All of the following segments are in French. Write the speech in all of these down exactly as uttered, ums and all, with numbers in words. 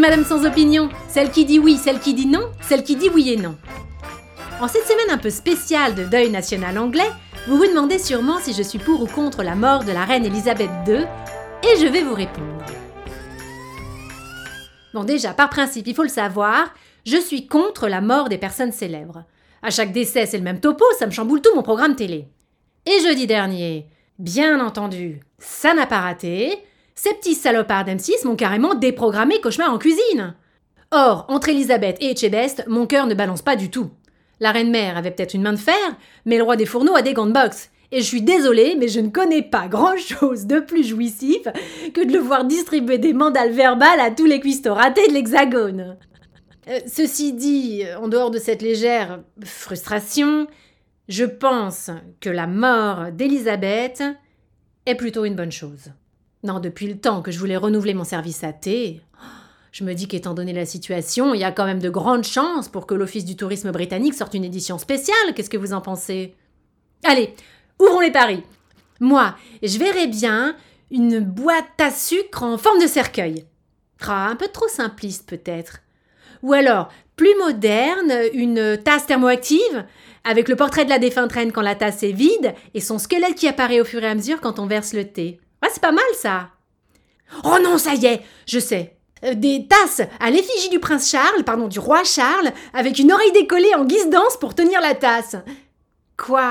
Madame Sans Opinion, celle qui dit oui, celle qui dit non, celle qui dit oui et non. En cette semaine un peu spéciale de deuil national anglais, vous vous demandez sûrement si je suis pour ou contre la mort de la reine Elisabeth deux, et je vais vous répondre. Bon déjà, par principe, il faut le savoir, je suis contre la mort des personnes célèbres. À chaque décès, c'est le même topo, ça me chamboule tout mon programme télé. Et jeudi dernier, bien entendu, ça n'a pas raté, ces petits salopards d'M six m'ont carrément déprogrammé Cauchemar en cuisine. Or, entre Elisabeth et Etchebest, mon cœur ne balance pas du tout. La reine-mère avait peut-être une main de fer, mais le roi des fourneaux a des gants de boxe. Et je suis désolée, mais je ne connais pas grand-chose de plus jouissif que de le voir distribuer des mandales verbales à tous les cuistots ratés de l'Hexagone. Euh, ceci dit, en dehors de cette légère frustration, je pense que la mort d'Elisabeth est plutôt une bonne chose. Non, depuis le temps que je voulais renouveler mon service A T, je me dis qu'étant donné la situation, il y a quand même de grandes chances pour que l'Office du tourisme britannique sorte une édition spéciale. Qu'est-ce que vous en pensez ? Allez, ouvrons les paris. Moi, je verrais bien une boîte à sucre en forme de cercueil. Ah, un peu trop simpliste peut-être. Ou alors, plus moderne, une tasse thermoactive avec le portrait de la défunte reine quand la tasse est vide et son squelette qui apparaît au fur et à mesure quand on verse le thé. Ah, c'est pas mal ça. Oh non, ça y est, je sais. Euh, des tasses à l'effigie du prince Charles, pardon, du roi Charles, avec une oreille décollée en guise d'anse pour tenir la tasse. Quoi ?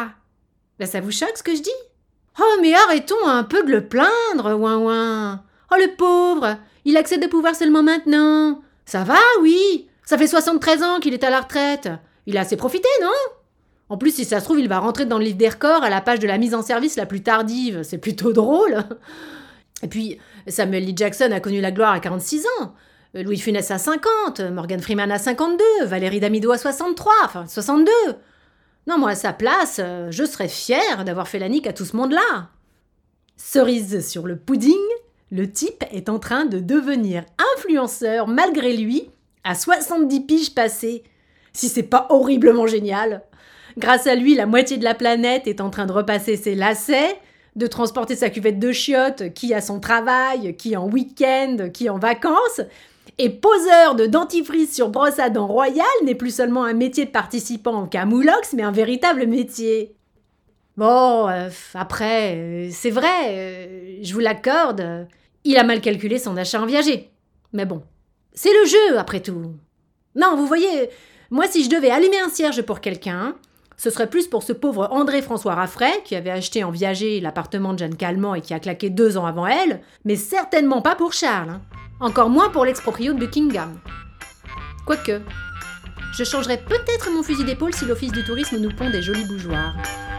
Ben ça vous choque ce que je dis ? Oh mais arrêtons un peu de le plaindre, ouin ouin. Oh le pauvre, il accède au pouvoir seulement maintenant. Ça va, oui. Ça fait soixante-treize ans qu'il est à la retraite. Il a assez profité, non ? En plus, si ça se trouve, il va rentrer dans le livre des records à la page de la mise en service la plus tardive. C'est plutôt drôle. Et puis, Samuel L. Jackson a connu la gloire à quarante-six ans. Louis de Funès à cinquante, Morgan Freeman à cinquante-deux, Valérie Damido à soixante-trois, enfin soixante-deux. Non, moi, à sa place, je serais fière d'avoir fait la nique à tout ce monde-là. Cerise sur le pudding, le type est en train de devenir influenceur malgré lui à soixante-dix piges passées. Si c'est pas horriblement génial. Grâce à lui, la moitié de la planète est en train de repasser ses lacets, de transporter sa cuvette de chiottes, qui à son travail, qui en week-end, qui en vacances. Et poseur de dentifrice sur brosse à dents royale n'est plus seulement un métier de participant en camoulox, mais un véritable métier. Bon, euh, après, euh, c'est vrai, euh, je vous l'accorde, euh, il a mal calculé son achat en viager. Mais bon, c'est le jeu, après tout. Non, vous voyez, moi si je devais allumer un cierge pour quelqu'un, ce serait plus pour ce pauvre André-François Raffray, qui avait acheté en viager l'appartement de Jeanne Calment et qui a claqué deux ans avant elle, mais certainement pas pour Charles. Hein. Encore moins pour l'ex-proprio de Buckingham. Quoique, je changerais peut-être mon fusil d'épaule si l'Office du tourisme nous pond des jolies bougeoirs.